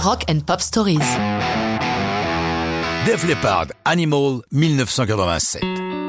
Rock and Pop Stories. Def Leppard, Animal, 1987.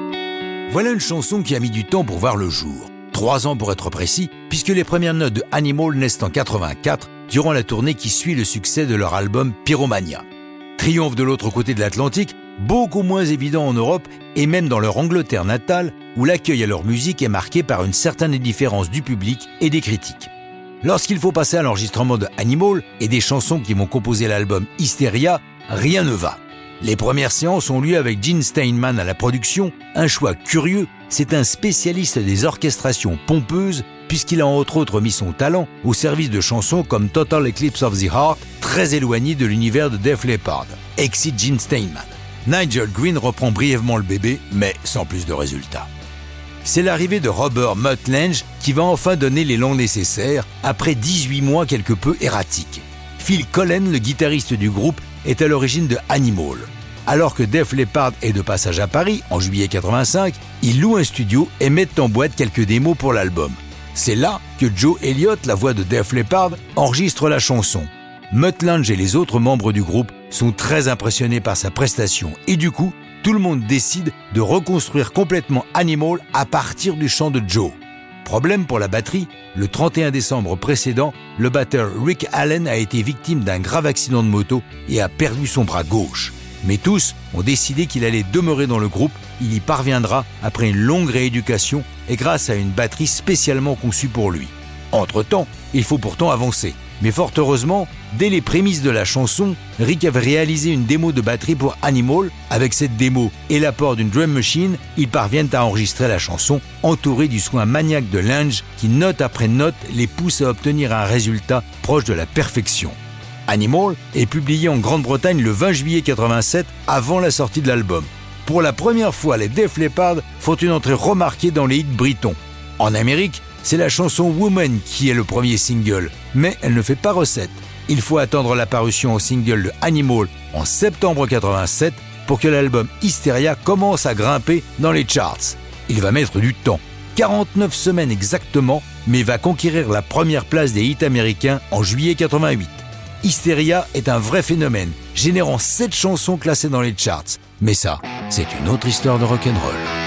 Voilà une chanson qui a mis du temps pour voir le jour. 3 ans pour être précis, puisque les premières notes de Animal naissent en 84, durant la tournée qui suit le succès de leur album Pyromania. Triomphe de l'autre côté de l'Atlantique, beaucoup moins évident en Europe et même dans leur Angleterre natale, où l'accueil à leur musique est marqué par une certaine indifférence du public et des critiques. Lorsqu'il faut passer à l'enregistrement de Animal et des chansons qui vont composer l'album Hysteria, rien ne va. Les premières séances ont lieu avec Gene Steinman à la production, un choix curieux, c'est un spécialiste des orchestrations pompeuses puisqu'il a entre autres mis son talent au service de chansons comme Total Eclipse of the Heart, très éloigné de l'univers de Def Leppard. Excite Gene Steinman. Nigel Green reprend brièvement le bébé, mais sans plus de résultats. C'est l'arrivée de Robert Mutt Lange qui va enfin donner l'élan nécessaire après 18 mois quelque peu erratiques. Phil Collen, le guitariste du groupe, est à l'origine de Animal. Alors que Def Leppard est de passage à Paris en juillet 85, ils louent un studio et mettent en boîte quelques démos pour l'album. C'est là que Joe Elliott, la voix de Def Leppard, enregistre la chanson. Mutt Lange et les autres membres du groupe sont très impressionnés par sa prestation et du coup, tout le monde décide de reconstruire complètement Animal à partir du chant de Joe. Problème pour la batterie, le 31 décembre précédent, le batteur Rick Allen a été victime d'un grave accident de moto et a perdu son bras gauche. Mais tous ont décidé qu'il allait demeurer dans le groupe, il y parviendra après une longue rééducation et grâce à une batterie spécialement conçue pour lui. Entre-temps, il faut pourtant avancer. Mais fort heureusement, dès les prémices de la chanson, Rick avait réalisé une démo de batterie pour Animal. Avec cette démo et l'apport d'une drum machine, ils parviennent à enregistrer la chanson, entourés du soin maniaque de Lange qui, note après note, les pousse à obtenir un résultat proche de la perfection. Animal est publié en Grande-Bretagne le 20 juillet 87, avant la sortie de l'album. Pour la première fois, les Def Leppard font une entrée remarquée dans les hits britons. En Amérique, c'est la chanson Woman qui est le premier single, mais elle ne fait pas recette. Il faut attendre l'apparition au single de Animal en septembre 87 pour que l'album Hysteria commence à grimper dans les charts. Il va mettre du temps, 49 semaines exactement, mais va conquérir la première place des hits américains en juillet 88. Hysteria est un vrai phénomène, générant 7 chansons classées dans les charts. Mais ça, c'est une autre histoire de rock'n'roll.